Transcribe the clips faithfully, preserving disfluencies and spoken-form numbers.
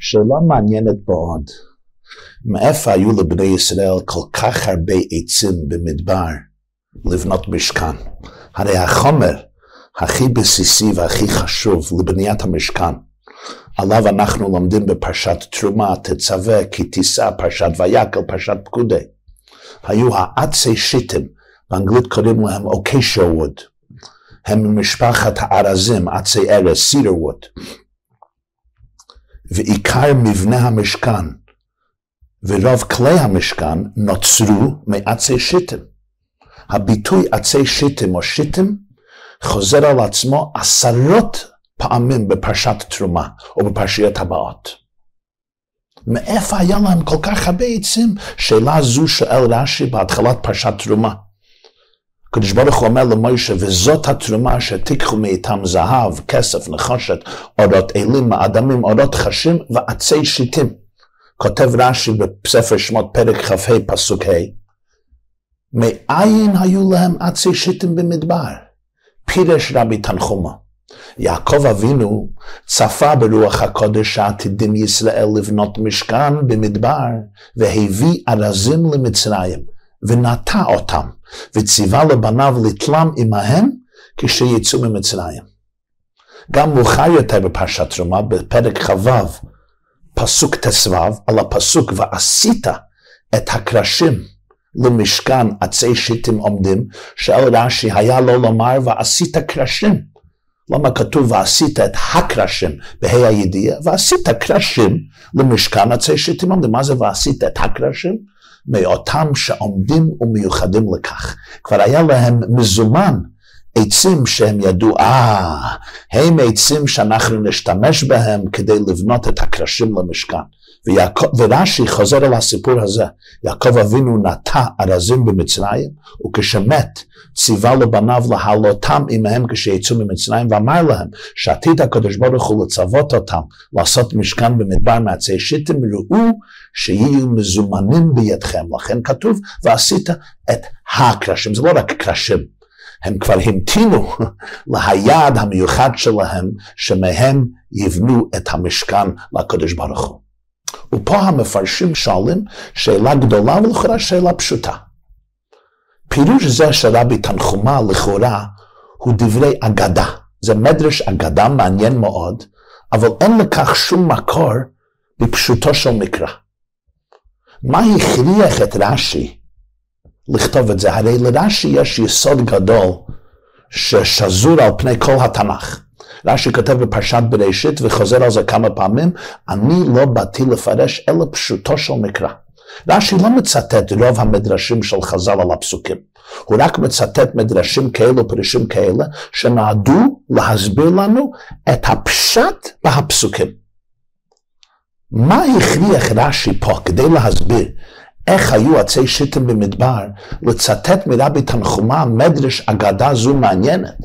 שאלה מעניינת מאוד. מאיפה היו לבני ישראל כל כך הרבה עצים במדבר לבנות משכן? הרי החומר הכי בסיסי והכי חשוב לבניית המשכן, עליו אנחנו לומדים בפרשת תרומה, תצווה, כי תישא, פרשת ויקל, פרשת פקודי. היו העצי שיטים, באנגלית קוראים להם אוקיישיה ווד. הם ממשפחת הארזים, עצי ארז, סידר ווד. ועיקר מבנה המשכן ורוב כלי המשכן נוצרו מעצי שיטים. הביטוי עצי שיטים או שיטים חוזר על עצמו עשרות פעמים בפרשת תרומה או בפרשיות הבאות. מאיפה היה להם כל כך הרבה עצים? שאלה זו שואל רש"י בהתחלת פרשת תרומה. הקדוש ברוך הוא אומר למוישה, וזאת התרומה שתיקחו מאיתם זהב, כסף, נחושת, אורות אלים, מאדמים, אורות חשים ועצי שיטים. כותב רש"י בספר שמות פרק כ"ה פסוק ה', מאין היו להם עצי שיטים במדבר? פירש רבי תנחומה. יעקב אבינו צפה ברוח הקודש שעתידים ישראל לבנות משכן במדבר, והביא ארזים למצרים, ונטע אותם, וציווה לבניו לתלם עמהם כשיצאו ממצרים. גם מאוחר יותר בפרשת תרומה, בפרק כ"ו, פסוק תס"ו, על הפסוק ועשית את הקרשים למשכן עצי שיטים עומדים, שאל רש"י היה לו לומר ועשית קרשים. למה כתוב ועשית את הקרשים בה"א הידיעה, ועשית קרשים למשכן עצי שיטים עומדים? מה זה ועשית את הקרשים? מאותם שעומדים ומיוחדים לכך. כבר היה להם מזומן עצים שהם ידעו, אה, הם עצים שאנחנו נשתמש בהם כדי לבנות את הקרשים למשכן. ורש"י חוזר על הסיפור הזה. יעקב אבינו נטע ארזים במצרים, וכשמת ציווה לבניו להעלותם עמהם כשיצאו ממצרים, ואמר להם שעתיד הקדוש ברוך הוא לצוות אותם לעשות משכן במדבר מעצי שיטים, ראו שיהיו מזומנים בידכם. לכן כתוב ועשית את הקרשים. זה לא רק קרשים, הם כבר המתינו ליעד המיוחד שלהם, שמהם יבנו את המשכן לקדוש ברוך הוא. ופה המפרשים שואלים שאלה גדולה ולכאורה שאלה פשוטה. פירוש זה של רבי תנחומה לכאורה הוא דברי אגדה. זה מדרש אגדה מעניין מאוד, אבל אין לכך שום מקור בפשוטו של מקרא. מה הכריח את רש"י לכתוב את זה? הרי לרש"י יש יסוד גדול ששזור על פני כל התנ"ך. רש"י כותב בפרשת בראשית וחוזר על זה כמה פעמים, אני לא באתי לפרש אלא פשוטו של מקרא. רש"י לא מצטט רוב המדרשים של חז"ל על הפסוקים. הוא רק מצטט מדרשים כאלו, פירושים כאלה, שנועדו להסביר לנו את הפשט בהפסוקים. מה הכריח רש"י פה כדי להסביר איך היו עצי שיטים במדבר, לצטט מרבי תנחומה מדרש אגדה זו מעניינת?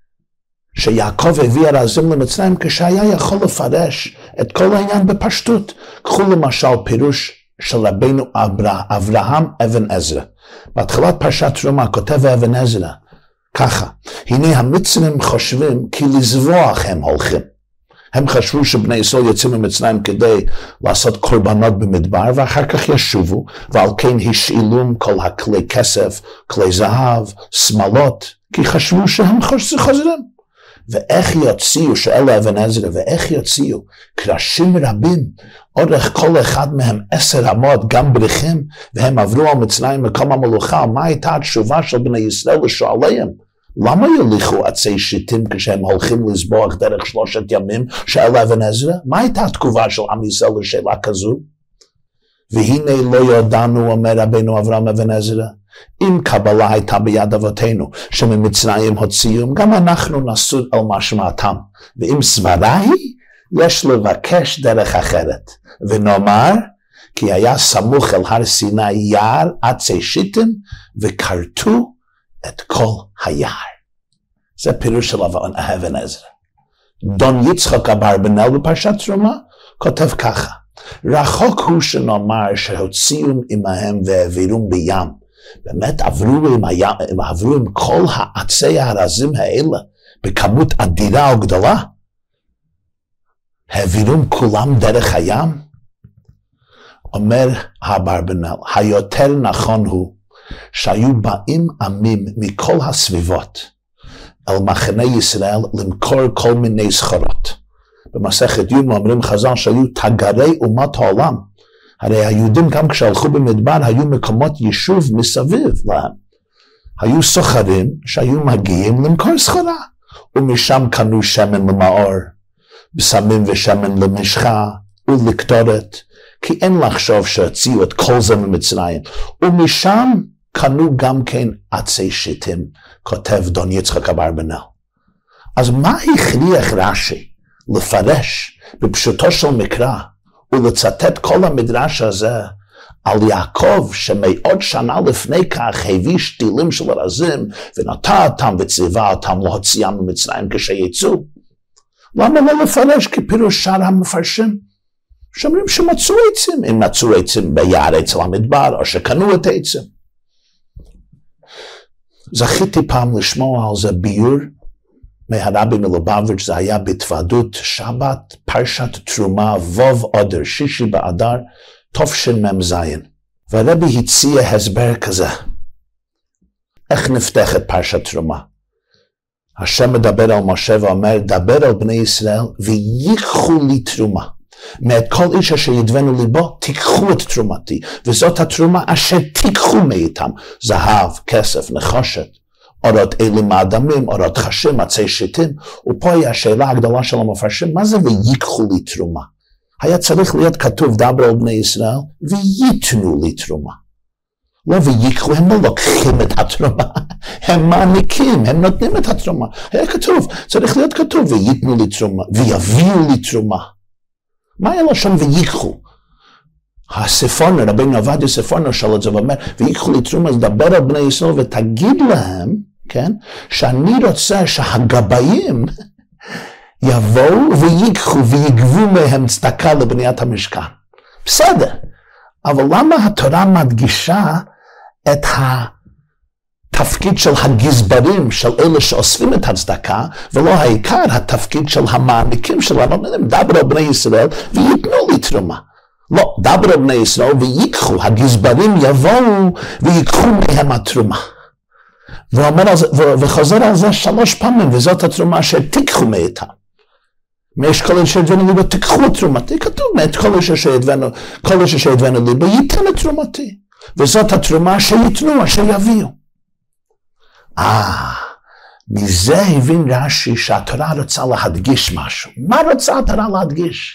שיעקב הביא ארזים למצרים כשהיה יכול לפרש את כל העניין בפשטות. קחו למשל פירוש של רבינו אברהם אבן עזרא. בהתחלת פרשת תרומה כותב אבן עזרא ככה, הנה המצרים חושבים כי לזבוח הם הולכים. הם חשבו שבני ישראל יצאו ממצרים כדי לעשות קורבנות במדבר, ואחר כך ישובו, ועל כן השאילום כל הכלי כסף, כלי זהב, שמלות, כי חשבו שהם חוזרים. ואיך יוציאו, שואל אבן עזרא, ואיך יוציאו קרשים רבים, אורך כל אחד מהם עשר אמות, גם בריחים, והם עברו על מצרים מקום המלוכה. מה הייתה התשובה של בני ישראל לשואליהם? למה יוליכו עצי שיטים כשהם הולכים לזבוח דרך שלושת ימים? שואל אבן עזרא, מה הייתה התגובה של עם ישראל לשאלה כזו? והנה לא ידענו, אומר רבינו אברהם אבן עזרא, אם קבלה הייתה ביד אבותינו, שממצרים הוציאום, גם אנחנו נסוד על משמעתם. ואם סברה היא, יש לבקש דרך אחרת. ונאמר, כי היה סמוך אל הר סיני יער עצי שיטים, וכרתו את כל היער. זה פירוש של אבן עזרא. דון יצחק אברבנאל בפרשת תרומה כותב ככה, רחוק הוא שנאמר שהוציאום עמהם והעבירום בים. באמת עברו עם, היה, עברו עם כל העצי הארזים האלה בכמות אדירה או גדולה. העבירום כולם דרך הים? אומר האברבנאל, היותר נכון הוא שהיו באים עמים מכל הסביבות אל מחנה ישראל למכור כל מיני סחורות. במסכת יומא אומרים חז"ל שהיו תגרי אומת העולם. הרי היהודים גם כשהלכו במדבר היו מקומות יישוב מסביב להם. היו סוחרים שהיו מגיעים למכור סחורה, ומשם קנו שמן למאור, בשמים ושמן למשחה ולקטורת, כי אין לחשוב שהוציאו את כל זה ממצרים, ומשם קנו גם כן עצי שיטים, כותב דון יצחק אברבנאל. אז מה הכריח רש"י לפרש בפשוטו של מקרא ולצטט כל המדרש הזה על יעקב שמאות שנה לפני כך הביא שתילים של ארזים ונטע אותם וציווה אותם להוציאם ממצרים כשיצאו? למה לא לפרש כפירוש שאר המפרשים שאומרים שמצאו עצים, אם מצאו עצים ביער אצל המדבר או שקנו את העצים? זכיתי פעם לשמוע על זה ביור מהרבי מלובביץ', זה היה בהתוועדות שבת פרשת תרומה ווב אדר, שישי באדר תשמ"ז, והרבי הציע הסבר כזה. איך נפתחת פרשת תרומה? השם מדבר על משה ואומר, דבר על בני ישראל ויקחו לי תרומה. מאת כל איש אשר ידבנו ליבו, תיקחו את תרומתי, וזאת התרומה אשר תיקחו מאיתם, זהב, כסף, נחושת, אורות אלים מאדמים, אורות חשים, עצי שיטים. ופה היא השאלה הגדולה של המפרשים, מה זה ויקחו לי תרומה? היה צריך להיות כתוב דבר על בני ישראל, וייתנו לי תרומה. לא ויקחו, הם לא לוקחים את התרומה, הם מעניקים, הם נותנים את התרומה. היה כתוב, צריך להיות כתוב, וייתנו לי תרומה, ויביאו לי תרומה. מה היה לו שם ויקחו? הספורנו, רבינו עובדיה ספורנו שאל את זה ואומר, ויקחו לי תרומה, אז דבר על בני ישראל ותגיד להם, כן, שאני רוצה שהגבאים יבואו ויקחו ויגבו מהם צדקה לבניית המשכן. בסדר, אבל למה התורה מדגישה את התפקיד של הגזברים, של אלה שאוספים את הצדקה, ולא העיקר התפקיד של המעניקים שלנו? דבר על בני ישראל וייתנו לי תרומה. לא, דבר על בני ישראל ויקחו, הגזברים יבואו ויקחו מהם התרומה. וחוזר על זה שלוש פעמים, וזאת התרומה שתיקחו מאיתם. מאש כל אשר ידבנו ליבו, תיקחו את תרומתי, כתוב, מאת כל אשר שידבנו, כל אשר שידבנו ליבו, ייתן את תרומתי. וזאת התרומה שיתנו, אשר יביאו. אה, מזה הבין רש"י שהתורה רוצה להדגיש משהו. מה רוצה התורה להדגיש?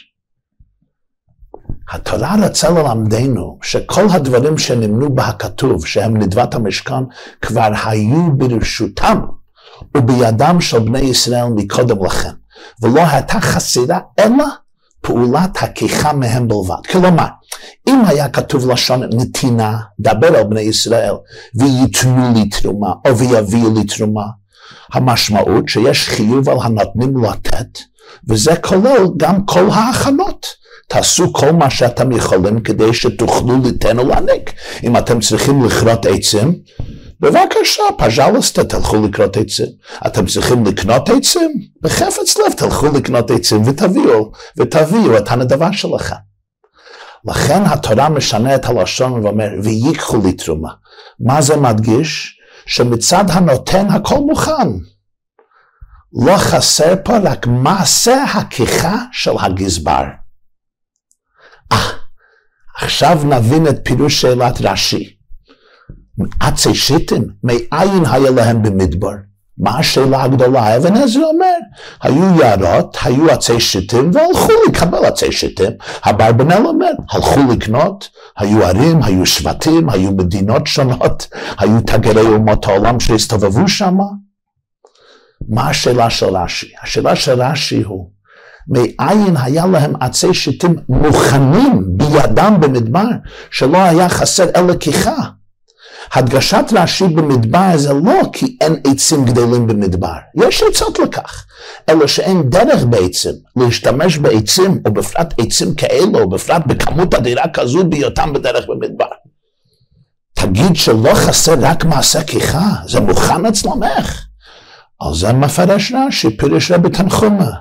התורה רוצה ללמדנו שכל הדברים שנמנו בהכתוב, שהם נדבת המשכן, כבר היו ברשותם ובידם של בני ישראל מקודם לכן. ולא הייתה חסרה אלא פעולת הקיחה מהם בלבד. כלומר, אם היה כתוב לשון נתינה, דבר על בני ישראל, וייתנו לי תרומה, או ויביאו לי תרומה, המשמעות שיש חיוב על הנותנים לתת, וזה כולל גם כל ההכנות. תעשו כל מה שאתם יכולים כדי שתוכלו ליתן ולהעניק. אם אתם צריכים לכרות עצים, בבקשה, פז'לסטה, תלכו לקנות עצים. אתם צריכים לקנות עצים? בחפץ לב תלכו לקנות עצים ותביאו, ותביאו את הנדבה שלכם. לכן התורה משנה את הלשון ואומר, ויקחו לי תרומה. מה זה מדגיש? שמצד הנותן הכל מוכן. לא חסר פה רק מעשה הקיחה של הגזבר. אה, עכשיו נבין את פירוש שאלת רש"י. עצי שיטים, מאין היה להם במדבר? מה השאלה הגדולה? אבן עזרא אומר, היו יערות, היו עצי שיטים, והלכו לקבל עצי שיטים. אברבנאל אומר, הלכו לקנות, היו ערים, היו שבטים, היו מדינות שונות, היו תגרי אומות העולם שהסתובבו שם. מה השאלה של רש"י? השאלה של רש"י הוא, מאין היה להם עצי שיטים מוכנים בידם במדבר, שלא היה חסר אלא קיחה? הדגשת רש"י במדבר זה לא כי אין עצים גדלים במדבר, יש עצות לכך, אלא שאין דרך בעצים להשתמש בעצים, או בפרט עצים כאלו, או בפרט בכמות אדירה כזו בהיותם בדרך במדבר. תגיד שלא חסר רק מעשה קיחה, זה מוכן אצלם איך? על זה מפרש רש"י, פירוש רבי תנחומא,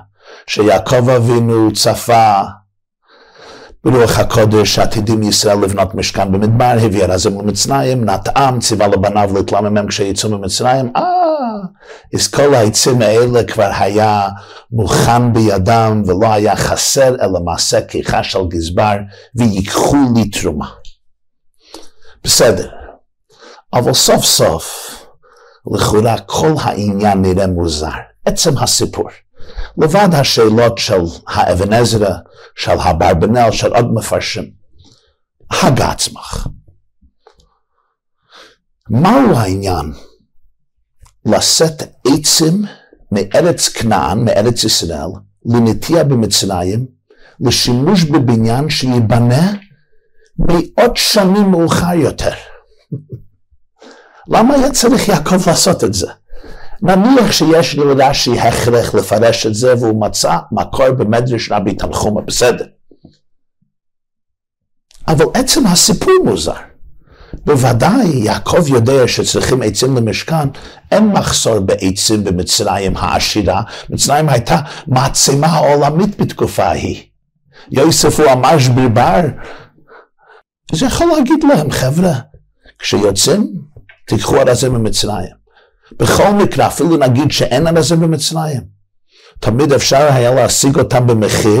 שיעקב אבינו צפה ברוח הקודש עתידים ישראל לבנות משכן במדבר, הביא ארזים למצרים, נטעם, ציווה לבניו להתלמם כשיצאו ממצרים. אה, אז כל העצים האלה כבר היה מוכן בידם, ולא היה חסר אלא מעשה כיחה של גזבר, ויקחו לי תרומה. בסדר, אבל סוף סוף, לכאורה כל העניין נראה מוזר. עצם הסיפור. לבד השאלות של האבן עזרא, של אברבנאל, של עוד מפרשים. הגה עצמך. מהו העניין? לשאת עצים מארץ כנען, מארץ ישראל, לנטיעה במצרים, לשימוש בבניין שיבנה מאות שנים מאוחר יותר. למה היה צריך יעקב לעשות את זה? נניח שיש לרש"י הכרח לפרש את זה, והוא מצא מקור במדרש רבי תנחומא, בסדר. אבל עצם הסיפור מוזר. בוודאי יעקב יודע שצריכים עצים למשכן, אין מחסור בעצים במצרים העשירה. מצרים הייתה מעצמה עולמית בתקופה ההיא. יוסף הוא המשביר בר. זה יכול להגיד להם, חבר'ה, כשיוצאים, תיקחו ארזים במצרים. בכל מקרה, אפילו נגיד שאין ארזים במצרים. תמיד אפשר היה להשיג אותם במחיר,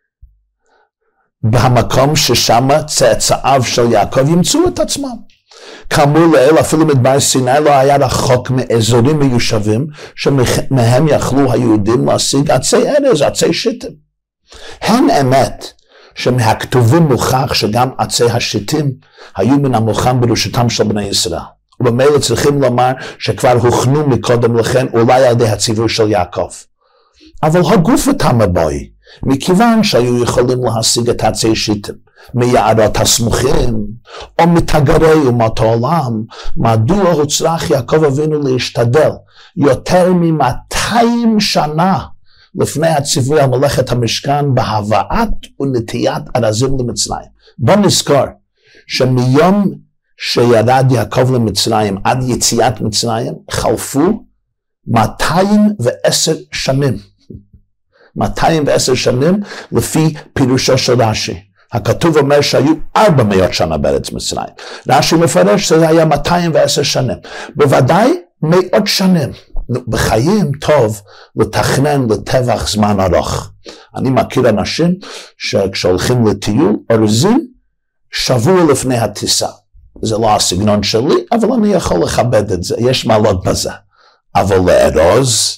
במקום ששם צאצאיו של יעקב ימצאו את עצמם. כאמור לאל, אפילו מדבר סיני לא היה רחוק מאזורים מיושבים, שמהם יכלו היהודים להשיג עצי ארז, עצי שיטים. הן אמת, שמהכתובים מוכח שגם עצי השיטים היו מן המוכן ברשותם של בני ישראל. ובמילא צריכים לומר שכבר הוכנו מקודם לכן, אולי על ידי הציווי של יעקב. אבל הגוף את המבוי, מכיוון שהיו יכולים להשיג את עצי שיטים מיערות הסמוכים, או מתגרי אומות העולם, מדוע הוצרך יעקב אבינו להשתדל יותר מ-מאתיים שנה לפני הציווי על מלאכת המשכן בהבאת ונטיית ארזים למצרים? בוא נזכור שמיום שירד יעקב למצרים עד יציאת מצרים חלפו מאתיים ועשר שנים. מאתיים ועשר שנים לפי פירושו של רש"י. הכתוב אומר שהיו ארבע מאות שנה בארץ מצרים. רש"י מפרש שזה היה מאתיים ועשר שנים. בוודאי מאות שנים. בחיים טוב לתכנן לטווח זמן ארוך. אני מכיר אנשים שכשהולכים לטיול אורזים שבוע לפני הטיסה. זה לא הסגנון שלי, אבל אני יכול לכבד את זה. יש מעלות בזה. אבל לארוז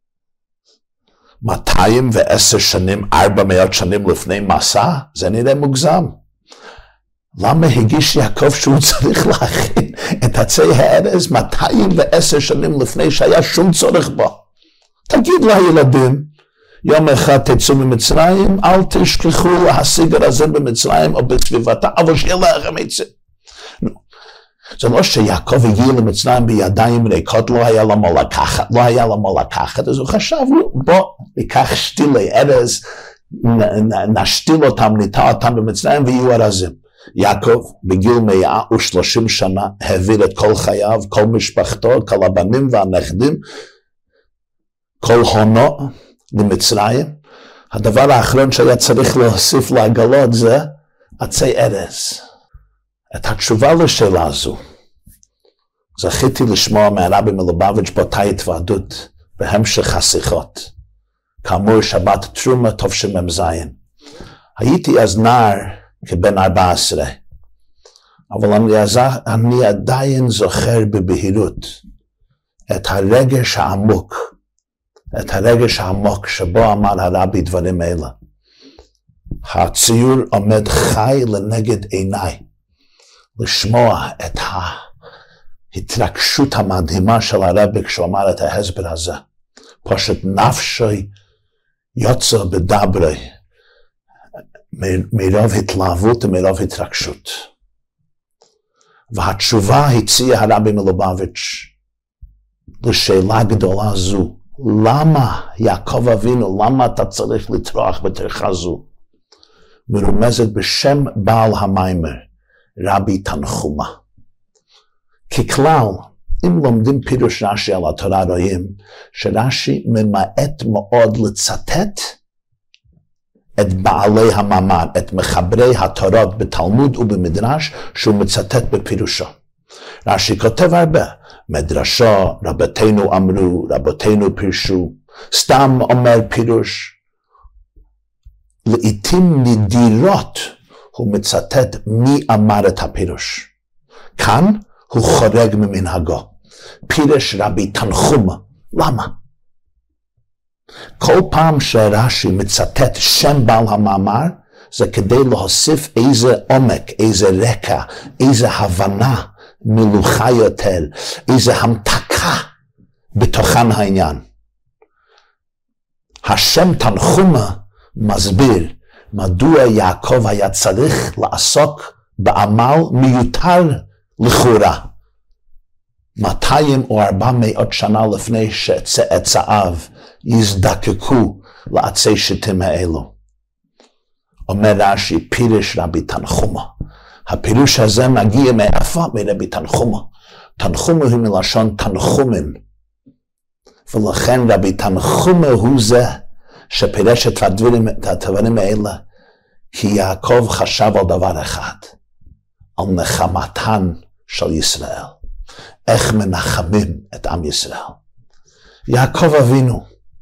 מאתיים ועשר שנים, ארבע מאות שנים לפני מסע, זה נראה מוגזם. למה הגיש יעקב שהוא צריך להכין את עצי הארז מאתיים ועשר שנים לפני שהיה שום צורך בו? תגיד לילדים, יום אחד תצאו ממצרים, אל תשכחו להשיג ארזים במצרים או בסביבתה, אבל שיהיה לכם עצים. זה לא שיעקב הגיע למצרים בידיים ריקות, לא היה לו מה לקחת, לא היה לו מה לקחת, אז הוא חשב, בוא ניקח שתילי ארז, נשתיל אותם, ניטע אותם במצרים ויהיו ארזים. יעקב בגיל מאה ושלושים שנה העביר את כל חייו, כל משפחתו, כל הבנים והנכדים, כל הונו למצרים. הדבר האחרון שהיה צריך להוסיף לעגלות זה עצי ארז. את התשובה לשאלה הזו, זכיתי לשמוע מהרבי מלובביץ' באותה התוועדות בהמשך השיחות. כאמור שבת תרומה תשמ"ז. הייתי אז נער כבן ארבע עשרה, אבל אני, אני עדיין זוכר בבהירות את הרגש העמוק, את הרגש העמוק שבו אמר הרבי דברים אלה. הציור עומד חי לנגד עיניי. לשמוע את ההתרגשות המדהימה של הרבי כשהוא אמר את ההסבר הזה. פשוט נפשי יוצא בדברי מרוב התלהבות ומרוב התרגשות. והתשובה הציע הרבי מלובביץ' לשאלה גדולה זו, למה יעקב אבינו, למה אתה צריך לטרוח בטרחה זו? מרומזת בשם בעל המיימר, רבי תנחומא. ככלל, אם לומדים פירוש רש"י על התורה רואים שרש"י ממעט מאוד לצטט את בעלי המאמר, את מחברי התורות בתלמוד ובמדרש, שהוא מצטט בפירושו. רש"י כותב הרבה, מדרשו, רבותינו אמרו, רבותינו פירשו, סתם אומר פירוש. לעתים נדירות הוא מצטט מי אמר את הפירוש. כאן הוא חורג ממנהגו. פירש רבי תנחומה. למה? כל פעם שרש"י מצטט שם בעל המאמר, זה כדי להוסיף איזה עומק, איזה רקע, איזה הבנה מלוכה יותר, איזה המתקה בתוכן העניין. השם תנחומה מסביר מדוע יעקב היה צריך לעסוק בעמל מיותר לכאורה. מאתיים או ארבע מאות שנה לפני שצאצאיו יזדקקו לעצי שיטים האלו. אומר רש"י, פירש רבי תנחומה. הפירוש הזה מגיע מאיפה? מרבי תנחומה. תנחומה הוא מלשון תנחומים. ולכן רבי תנחומה הוא זה שפירש את הדברים, את הדברים האלה, כי יעקב חשב על דבר אחד, על נחמתן של ישראל. איך מנחמים את עם ישראל. יעקב אבינו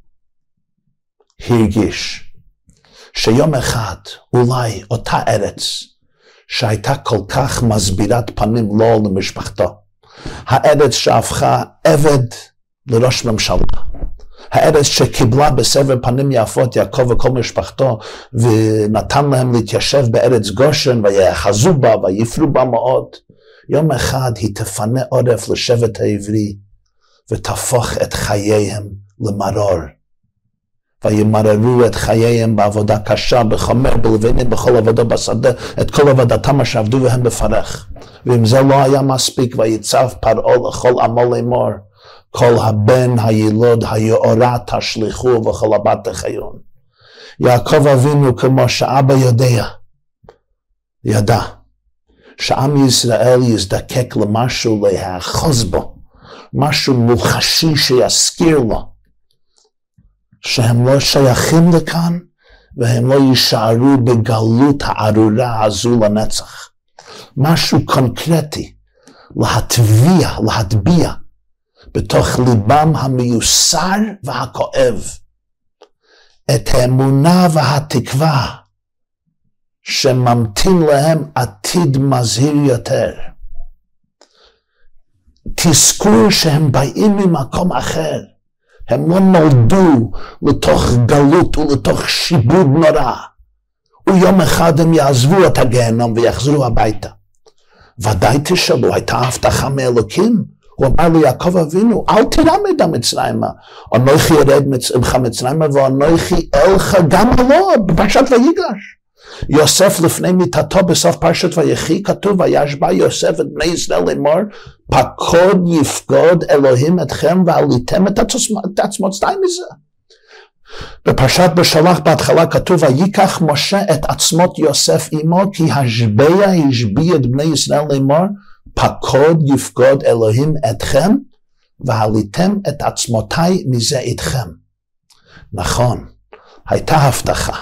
הרגיש שיום אחד אולי אותה ארץ שהייתה כל כך מסבירת פנים לו למשפחתו, הארץ שהפכה עבד לראש ממשלה, הארץ שקיבלה בסבר פנים יפות יעקב וכל משפחתו ונתן להם להתיישב בארץ גושן ויאחזו בה ויפרו בה מאוד, יום אחד היא תפנה עורף לשבט העברי ותהפוך את חייהם למרור. וימררו את חייהם בעבודה קשה, בחומר, בלבנים, בכל עבודה בשדה, את כל עבודתם אשר עבדו והם בפרך. ואם זה לא היה מספיק, ויצב פרעה לכל עמו לאמור, כל הבן הילוד היאורה תשליכו וכל הבת תחיון. יעקב אבינו כמו שאבא יודע, ידע, שעם ישראל יזדקק למשהו להאחוז בו, משהו מוחשי שיזכיר לו, שהם לא שייכים לכאן, והם לא יישארו בגלות הארורה הזו לנצח. משהו קונקרטי, להטביע, להטביע, בתוך ליבם המיוסר והכואב, את האמונה והתקווה, שממתין להם עתיד מזהיר יותר. תזכור שהם באים ממקום אחר, הם לא נולדו לתוך גלות ולתוך שיבוד נורא, ויום אחד הם יעזבו את הגיהנום ויחזרו הביתה. ודאי תשאלו, הייתה הבטחה מאלוקים? הוא אמר ליעקב אבינו, אל תירמד המצרימה, אנוכי ירד ממך מצרימה ואנוכי אלך גם עלו, בפרשת ויגש. יוסף לפני מיתתו בסוף פרשת ויחי כתוב, וישבע יוסף את בני ישראל לאמור, פקוד יפקוד אלוהים אתכם ועליתם את עצמות שתיים מזה. בפרשת בשלח בהתחלה כתוב, ויקח משה את עצמות יוסף עמו, כי השבע השביע את בני ישראל לאמור, פקוד יפקוד אלוהים אתכם ועליתם את עצמותיי מזה איתכם. נכון, הייתה הבטחה.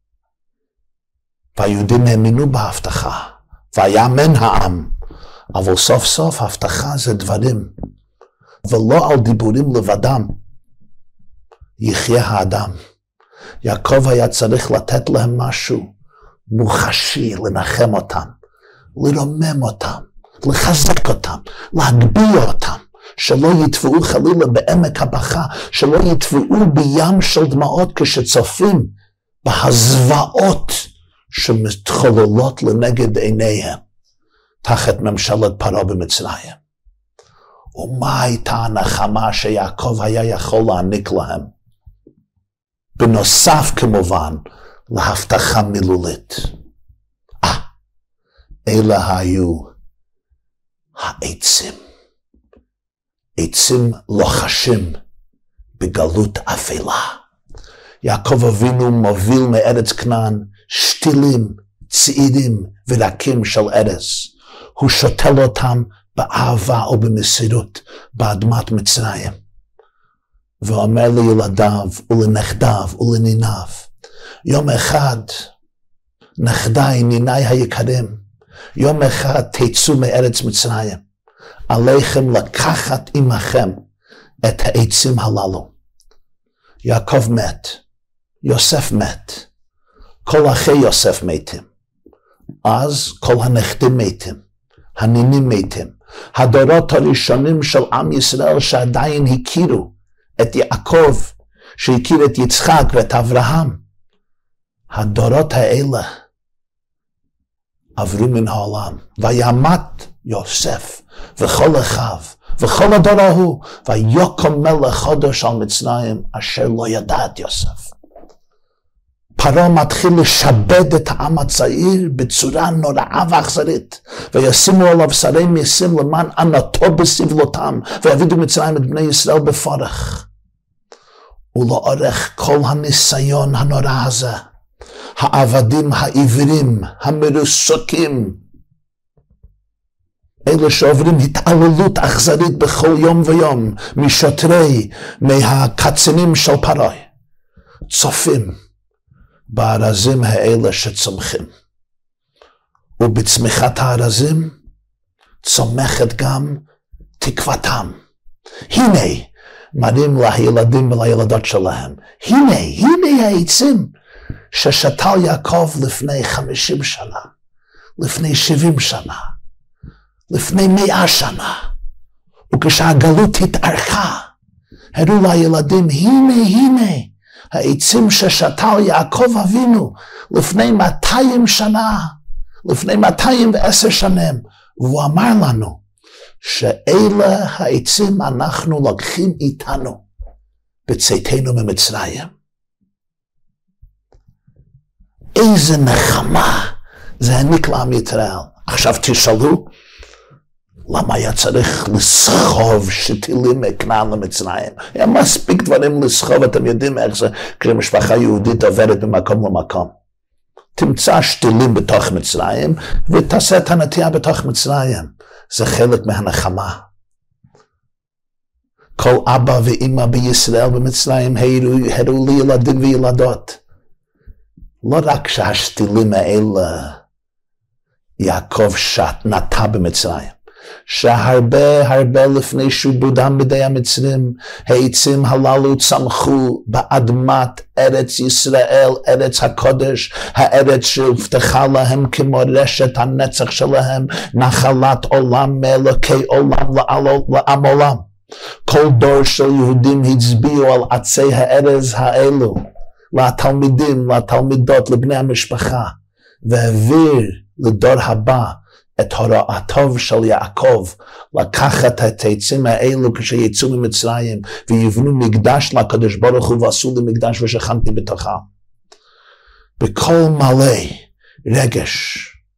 והיהודים האמינו בהבטחה, ויאמן העם, אבל סוף סוף הבטחה זה דברים, ולא על דיבורים לבדם, יחיה האדם. יעקב היה צריך לתת להם משהו מוחשי, לנחם אותם, לרומם אותם, לחזק אותם, להגביה אותם, שלא יטבעו חלילה בעמק הבכה, שלא יטבעו בים של דמעות כשצופים בהזוועות, שמתחוללות לנגד עיניהם תחת ממשלת פרעה במצרים. ומה הייתה הנחמה שיעקב היה יכול להעניק להם? בנוסף כמובן להבטחה מילולית. אה, אלה היו העצים. עצים לוחשים בגלות אפלה. יעקב אבינו מוביל מארץ כנען שתילים, צעירים ורקים של ארץ. הוא שותל אותם באהבה ובמסירות באדמת מצרים. ואומר לילדיו ולנכדיו ולניניו, יום אחד, נכדיי, ניניי היקרים, יום אחד תצאו מארץ מצרים, עליכם לקחת עמכם את העצים הללו. יעקב מת, יוסף מת, כל אחי יוסף מתים, אז כל הנכדים מתים, הנינים מתים, הדורות הראשונים של עם ישראל שעדיין הכירו את יעקב, שהכיר את יצחק ואת אברהם, הדורות האלה עברו מן העולם, וימת יוסף וכל אחיו וכל הדור ההוא, ויקום מלך חדש על מצרים אשר לא ידע את יוסף. פרעה מתחיל לשבד את העם הצעיר בצורה נוראה ואכזרית, וישימו עליו שרי מיסים למען ענתו בסבלותם, ויעבידו מצרים את בני ישראל בפרך. ולאורך כל הניסיון הנורא הזה, העבדים העיוורים, המרוסקים, אלה שעוברים התעללות אכזרית בכל יום ויום, משוטרי, מהקצינים של פרעה, צופים בארזים האלה שצומחים. ובצמיחת הארזים צומחת גם תקוותם. הנה, מראים לילדים ולילדות שלהם, הנה, הנה העצים ששתל יעקב לפני חמישים שנה, לפני שבעים שנה, לפני מאה שנה. וכשהגלות התארכה, הראו לילדים, הנה, הנה, העצים ששתל יעקב אבינו לפני מאתיים שנה, לפני מאתיים ועשר שנים. והוא אמר לנו שאלה העצים אנחנו לוקחים איתנו בצאתנו ממצרים. איזה נחמה זה העניק לעם ישראל. עכשיו תשאלו, למה היה צריך לסחוב שתילים מכנען למצרים? היה מספיק דברים לסחוב, אתם יודעים איך זה כשמשפחה יהודית עוברת ממקום למקום. תמצא שתילים בתוך מצרים ותעשה את הנטייה בתוך מצרים. זה חלק מהנחמה. כל אבא ואמא בישראל במצרים הראו לי ילדים וילדות. לא רק שהשתילים האלה יעקב שת נטע במצרים, שהרבה הרבה לפני שובודם בידי המצרים, העצים הללו צמחו באדמת ארץ ישראל, ארץ הקודש, הארץ שהובטחה להם כמורשת הנצח שלהם, נחלת עולם מאלוקי עולם לעם עולם. כל דור של יהודים הצביעו על עצי הארץ האלו, לתלמידים, לתלמידות, לבני המשפחה, והעביר לדור הבא את הוראתו של יעקב, לקחת את העצים האלו כשיצאו ממצרים, ויבנו מקדש לקדוש ברוך הוא, ועשו לי מקדש ושכנתי בתוכה. בכל מלא רגש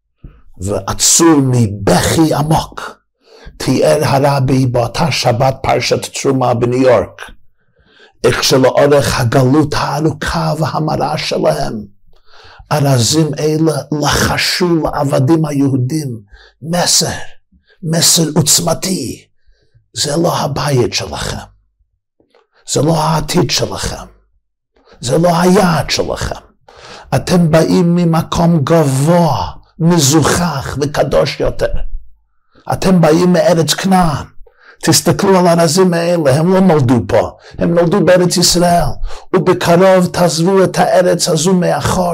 ועצור מבכי עמוק, תיאר הרבי באותה שבת פרשת תרומה בניו יורק, איך שלאורך הגלות הארוכה והמרה שלהם, ארזים אלה לחשו לעבדים היהודים מסר, מסר עוצמתי. זה לא הבית שלכם, זה לא העתיד שלכם, זה לא היעד שלכם. אתם באים ממקום גבוה, מזוכח וקדוש יותר. אתם באים מארץ כנען. תסתכלו על הארזים האלה, הם לא נולדו פה, הם נולדו בארץ ישראל, ובקרוב תעזבו את הארץ הזו מאחור.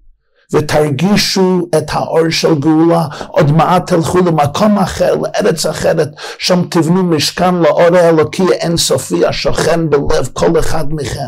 ותרגישו את האור של גאולה. עוד מעט תלכו למקום אחר, לארץ אחרת, שם תבנו משכן לאור האלוקי אינסופי השוכן בלב כל אחד מכם.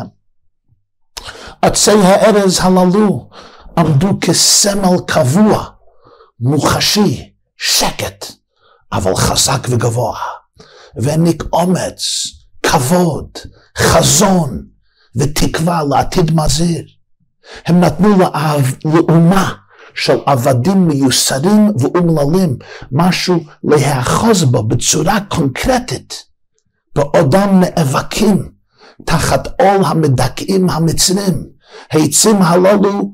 עצי הארז הללו עמדו כסמל קבוע, מוחשי, שקט, אבל חזק וגבוה, והעניק אומץ, כבוד, חזון ותקווה לעתיד מזהיר. הם נתנו לאומה של עבדים מיוסרים ואומללים משהו להאחוז בו בצורה קונקרטית, בעודם נאבקים תחת עול המדכאים המצרים. העצים הללו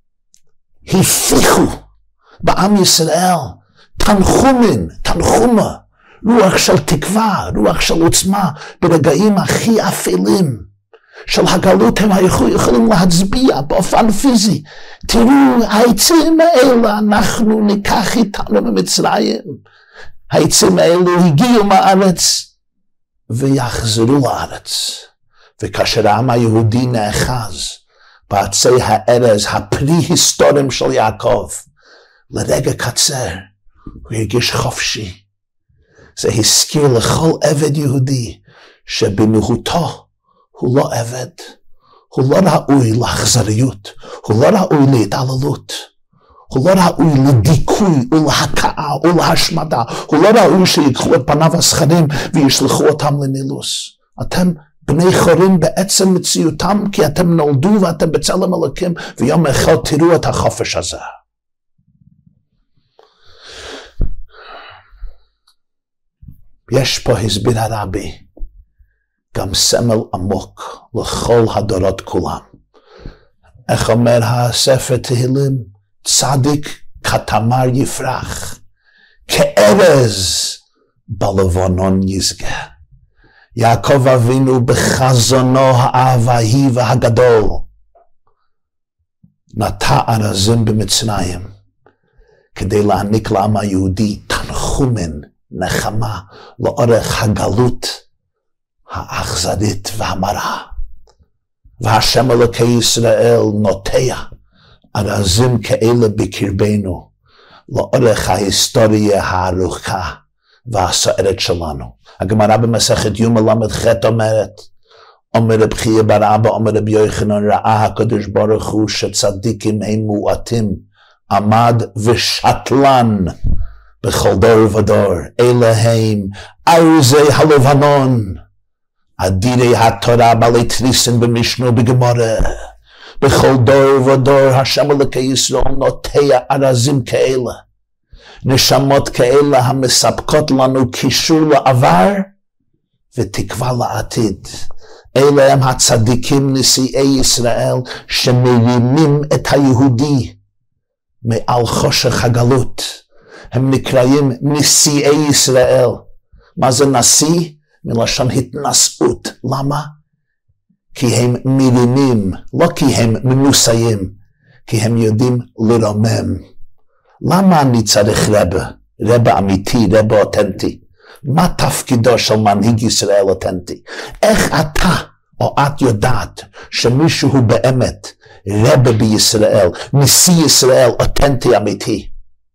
הפיחו בעם ישראל תנחומים, תנחומה, רוח של תקווה, רוח של עוצמה ברגעים הכי אפלים. של הגלות הם יכולים להצביע באופן פיזי. תראו, העצים האלה אנחנו ניקח איתנו ממצרים. העצים האלו הגיעו מהארץ ויחזרו לארץ. וכאשר העם היהודי נאחז בעצי הארז הפרי-היסטוריים של יעקב, לרגע קצר הוא הרגיש חופשי. זה הזכיר לכל עבד יהודי שבמהותו הוא לא עבד, הוא לא ראוי לאכזריות, הוא לא ראוי להתעללות, הוא לא ראוי לדיכוי ולהכאה ולהשמדה, הוא לא ראוי שיקחו את פניו הזכרים וישלחו אותם לנילוס. אתם בני חורים בעצם מציאותם, כי אתם נולדו ואתם בצלם אלוקים, ויום אחד תראו את החופש הזה. יש פה, הסביר הרבי, גם סמל עמוק לכל הדורות כולם. איך אומר הספר תהילים? צדיק כתמר יפרח, כארז בלבנון ישגה. יעקב אבינו בחזונו האהבי והגדול נטע ארזים במצרים כדי להעניק לעם היהודי תנחומן, נחמה, לאורך הגלות האכזרית והמרה. והשם אלוקי ישראל נוטע ארזים כאלה בקרבנו לאורך ההיסטוריה הארוכה והסוערת שלנו. הגמרא במסכת יומא למד ח' אומרת, אומר רב חייא בר אבא, אומר רב יוחנן, ראה הקדוש ברוך הוא שצדיקים הם מועטים, עמד ושתלן בכל דור ודור. אלה הם ארזי הלבנון, אדירי התורה בעלי תריסים במשנו בגמרא. בכל דור ודור השם אלוקי ישראל נוטע ארזים כאלה, נשמות כאלה המספקות לנו קישור לעבר ותקווה לעתיד. אלה הם הצדיקים נשיאי ישראל שמרימים את היהודי מעל חושך הגלות. הם נקראים נשיאי ישראל. מה זה נשיא? מלשון התנשאות. למה? כי הם מרימים, לא כי הם מנוסיים, כי הם יודעים לרומם. למה אני צריך רבא? רבא אמיתי, רבא אותנטי. מה תפקידו של מנהיג ישראל אותנטי? איך אתה או את יודעת שמישהו באמת רבא בישראל, נשיא ישראל אותנטי אמיתי?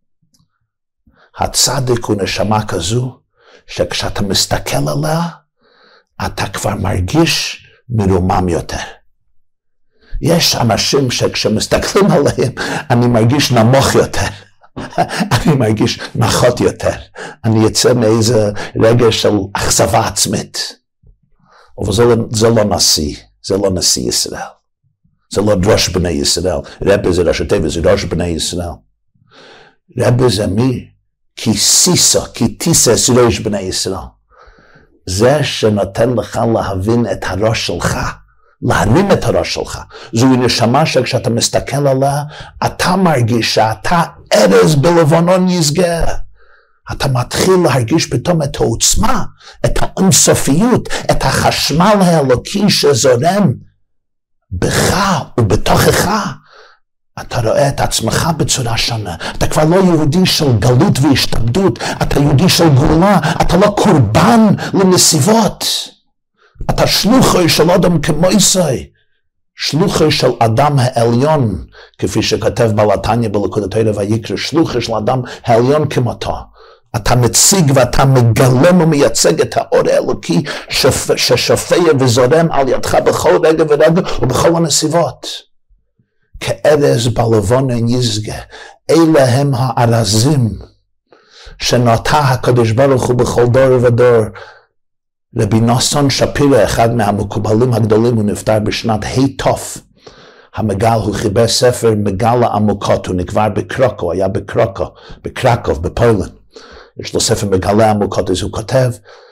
הצדיק הוא נשמה כזו שכשאתה מסתכל עליה, אתה כבר מרגיש מרומם יותר. יש אנשים שכשמסתכלים עליהם, אני מרגיש נמוך יותר. אני מרגיש נחות יותר. אני יוצא מאיזה רגע של אכזבה עצמית. אבל זה, זה לא נשיא, זה לא נשיא ישראל. זה לא ראש בני ישראל. רבי זה ראש הטבע, זה ראש בני ישראל. רבי זה מי? כי סיסו, כי טיסס ראש בני ישראל. זה שנותן לך להבין את הראש שלך. להרים את הראש שלך. זוהי נשמה שכשאתה מסתכל עליה, אתה מרגיש שאתה ארז בלבנון ישגה. אתה מתחיל להרגיש פתאום את העוצמה, את האינסופיות, את החשמל האלוקי שזורם בך ובתוכך. אתה רואה את עצמך בצורה שונה. אתה כבר לא יהודי של גלות והשתעבדות, אתה יהודי של גאולה, אתה לא קורבן לנסיבות. אתה שלוחו של אדם כמויסי, שלוחו של אדם העליון, כפי שכתב בלתניה בליקוד התורה ויקרא, שלוחו של אדם העליון כמותו. אתה מציג ואתה מגלם ומייצג את האור האלוקי ששופע וזורם על ידך בכל רגע ורגע ובכל הנסיבות. כארז בלבנון ישגה, אלה הם הארזים שנוטע הקדוש ברוך הוא בכל דור ודור. רבי נוסון שפירא, אחד מהמקובלים הגדולים, הוא נפטר בשנת היטוף. המגל, הוא חיבר ספר מגל העמוקות, הוא נקבר בקרקו, היה בקרקו, בקרקוב, בפולין. יש לו ספר מגלי העמוקות, אז הוא כותב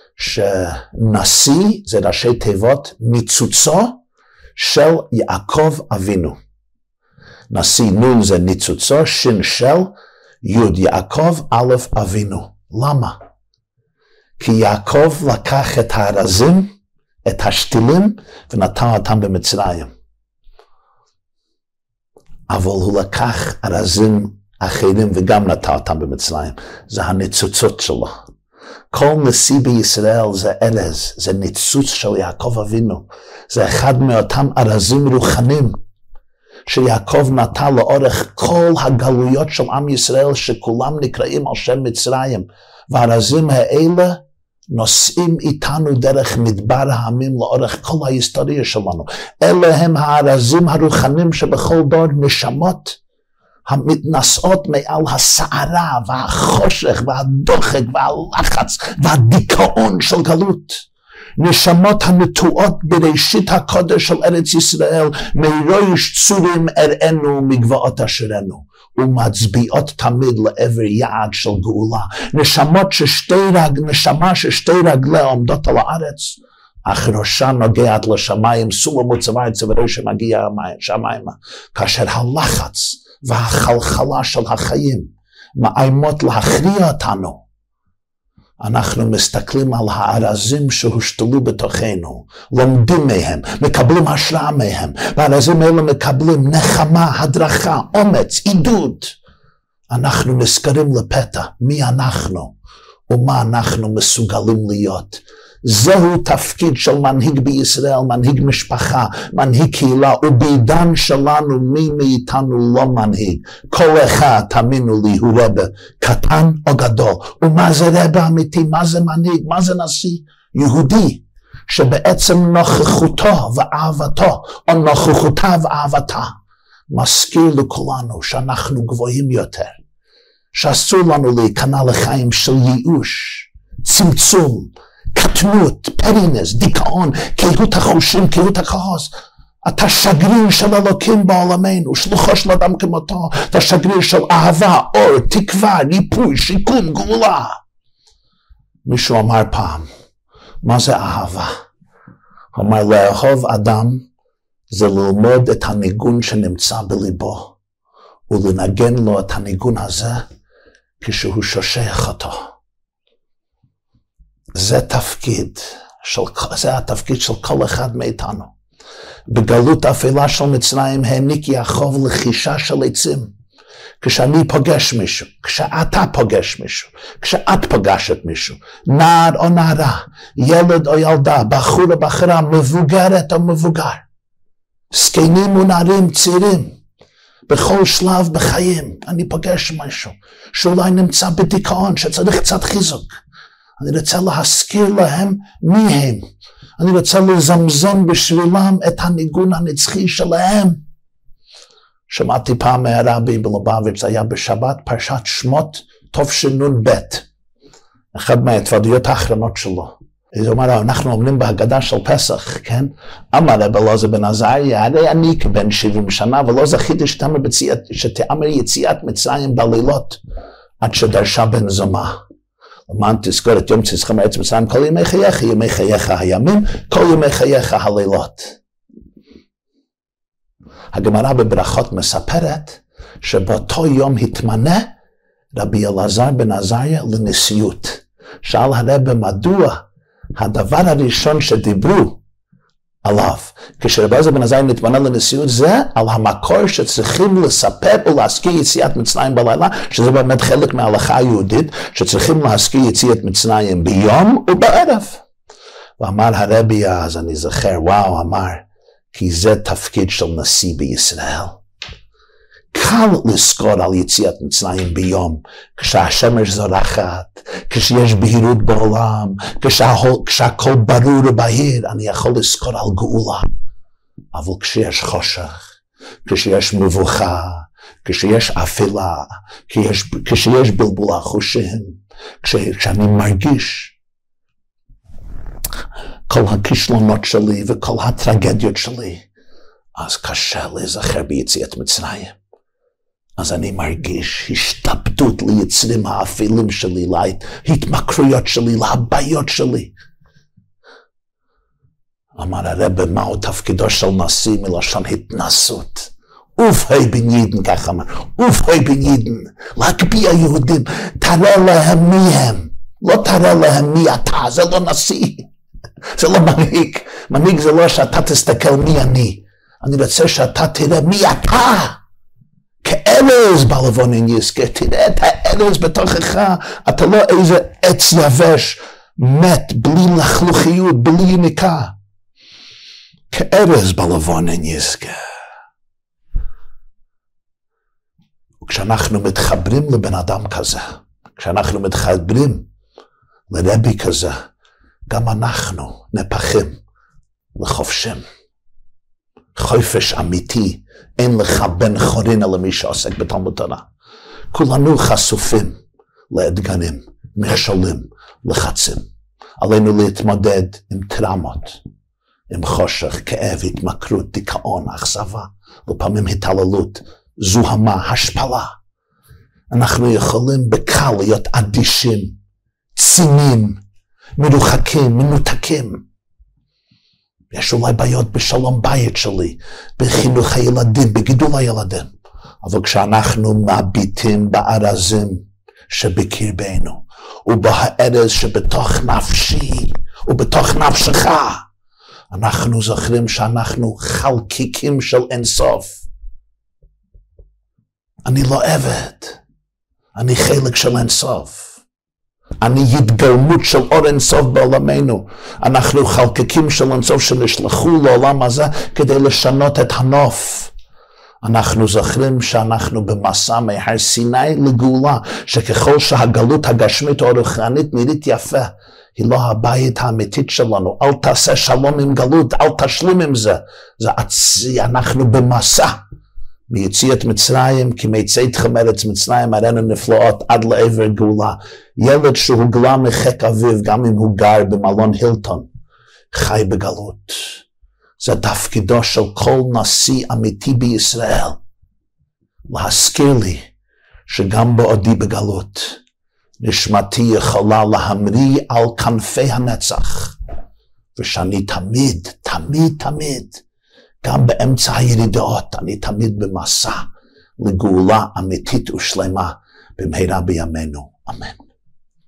שנשיא זה ראשי תיבות ניצוצו של יעקב אבינו. נשיא נון זה ניצוצו, שין של יוד יעקב א' אבינו. למה? כי יעקב לקח את הארזים, את השתילים ונתן אותם במצרים. אבל הוא לקח ארזים אחרים וגם נתן אותם במצרים. זה הניצוצות שלו. כל נשיא בישראל זה ארז, זה ניצוץ של יעקב אבינו. זה אחד מאותם ארזים רוחניים שיעקב נתן לאורך כל הגלויות של עם ישראל שכולם נקראים על שם מצרים. והארזים האלה נוסעים איתנו דרך מדבר העמים לאורך כל ההיסטוריה שלנו. אלה הם הארזים הרוחניים שבכל דור נשמות המתנשאות מעל הסערה והחושך והדוחק והלחץ והדיכאון של גלות. נשמות הנטועות בראשית הקודש של ארץ ישראל, מראש צורים אראנו מגבעות אשרנו. ומצביעות תמיד לעבר יעד של גאולה. נשמות ששתי רגל, נשמה ששתי רגלי עומדות על הארץ, אך ראשה נוגעת לשמיים, סולם וצוואר צווארו שמגיע שמיימה. כאשר הלחץ והחלחלה של החיים מאיימות להכריע אותנו, אנחנו מסתכלים על הארזים שהושתלו בתוכנו, לומדים מהם, מקבלים השראה מהם, והארזים האלה מקבלים נחמה, הדרכה, אומץ, עידוד. אנחנו נזכרים לפתע מי אנחנו ומה אנחנו מסוגלים להיות. זהו תפקיד של מנהיג בישראל, מנהיג משפחה, מנהיג קהילה, ובעידן שלנו מי מאיתנו לא מנהיג. כל אחד, תאמינו לי, הוא רבה, קטן או גדול. ומה זה רבה אמיתי? מה זה מנהיג? מה זה נשיא? יהודי, שבעצם נוכחותו ואהבתו, או נוכחותה ואהבתה, מזכיר לכולנו שאנחנו גבוהים יותר, שאסור לנו להיכנע לחיים של ייאוש, צמצום, קטנות, פרינס, דיכאון, קהות החושים, קהות הכעס. אתה שגריר של אלוקים בעולמנו, שלוחו של אדם כמותו, אתה שגריר של אהבה, אור, תקווה, ריפוי, שיקום, גאולה. מישהו אמר פעם, מה זה אהבה? הוא אמר, לאהוב אדם זה ללמוד את הניגון שנמצא בליבו, ולנגן לו את הניגון הזה כשהוא שושח אותו. זה תפקיד, של, זה התפקיד של כל אחד מאיתנו. בגלות אפלה של מצרים העניק יעקב לחישה של עצים. כשאני פוגש מישהו, כשאתה פוגש מישהו, כשאת פוגשת מישהו, נער או נערה, ילד או ילדה, בחור או בחורה, מבוגרת או מבוגר, זקנים ונערים צעירים, בכל שלב בחיים, אני פוגש מישהו שאולי נמצא בדיכאון, שצריך קצת חיזוק. אני רוצה להזכיר להם מי הם. אני רוצה לזמזם בשבילם את הניגון הנצחי שלהם. שמעתי פעם מהרבי בלובביץ', זה היה בשבת פרשת שמות תשנ"ב. אחד מההתוודעויות האחרונות שלו. הוא אומר, אנחנו אומרים בהגדה של פסח, כן? אמר רבי אלעזר בן עזריה, הרי אני כבן שבעים שנה, ולא זכיתי שתאמר יציאת מצרים בלילות, עד שדרשה בן זומא. למען תזכור את יום צאתך מארץ מצרים, כל ימי חייך, ימי חייך הימים, כל ימי חייך הלילות. הגמרא בברכות מספרת שבאותו יום התמנה רבי אלעזר בן עזריה לנשיאות. שאל הרבי מדוע הדבר הראשון שדיברו עליו, כשרבי אלעזר בן עזריה נתמנה לנשיאות, זה על המקור שצריכים לספר ולהזכיר יציאת מצרים בלילה, שזה באמת חלק מההלכה היהודית, שצריכים להזכיר יציאת מצרים ביום ובערב. ואמר הרבי אז, אני זוכר, וואו, אמר, כי זה תפקיד של נשיא בישראל. קל לזכור על יציאת מצרים ביום, כשהשמש זורחת, כשיש בהירות בעולם, כשהכל ברור ובהיר, אני יכול לזכור על גאולה. אבל כשיש חושך, כשיש מבוכה, כשיש אפילה, כשיש, כשיש בלבול החושים, כשאני מרגיש כל הכישלונות שלי וכל הטרגדיות שלי, אז קשה להיזכר ביציאת מצרים. אז אני מרגיש השתפטות ליצרים האפילים שלי, להתמכרויות שלי, לבעיות שלי. אמר הרב, מהו תפקידו של נשיא מלשון התנסות? אוף היי בן יידן, כך אמר, אוף היי בן יידן, להקביע יהודים, תראה להם מי הם, לא תראה להם מי אתה, זה לא נשיא. זה לא מנהיג. מנהיג זה לא שאתה תסתכל מי אני. אני רוצה שאתה תראה מי אתה. כארז בלבון אין יזכה. תראה את הארז בתוכך. אתה לא איזה עץ יבש, מת, בלי לחלוכיות, בלי יניקה. כארז בלבון אין יזכה. וכשאנחנו מתחברים לבן אדם כזה, כשאנחנו מתחברים לרבי כזה, גם אנחנו נפחים לחופשים. חופש אמיתי, אין לך בן חורין אלא מי שעוסק בתלמוד תורה. כולנו חשופים לאתגרים, מכשולים, לחצים. עלינו להתמודד עם טראומות, עם חושך, כאב, התמכרות, דיכאון, אכזבה, לפעמים התעללות, זוהמה, השפלה. אנחנו יכולים בקל להיות אדישים, צינים, מרוחקים, מנותקים. יש אולי בעיות בשלום בית שלי, בחינוך הילדים, בגידול הילדים. אבל כשאנחנו מביטים בארזים שבקרבנו, ובארז שבתוך נפשי, ובתוך נפשך, אנחנו זוכרים שאנחנו חלקיקים של אינסוף. אני לא עבד, אני חלק של אינסוף. אני התגלמות של אור אינסוף בעולמנו. אנחנו חלקיקים של אינסוף שנשלחו לעולם הזה כדי לשנות את הנוף. אנחנו זוכרים שאנחנו במסע מהר סיני לגאולה, שככל שהגלות הגשמית או הרוחנית נראית יפה, היא לא הבית האמיתית שלנו. אל תעשה שלום עם גלות, אל תשלים עם זה. זה עצי, אנחנו במסע. מיציאת מצרים, כי מיצאתכם ארץ מצרים, הראינו נפלאות עד לעבר גאולה. ילד שהוגלה מחיק אביו, גם אם הוא גר במלון הילטון, חי בגלות. זה תפקידו של כל נשיא אמיתי בישראל, להזכיר לי שגם בעודי בגלות, נשמתי יכולה להמריא על כנפי הנצח, ושאני תמיד, תמיד, תמיד, גם באמצע הירידות, אני תמיד במסע לגאולה אמיתית ושלמה במהרה בימינו. אמן.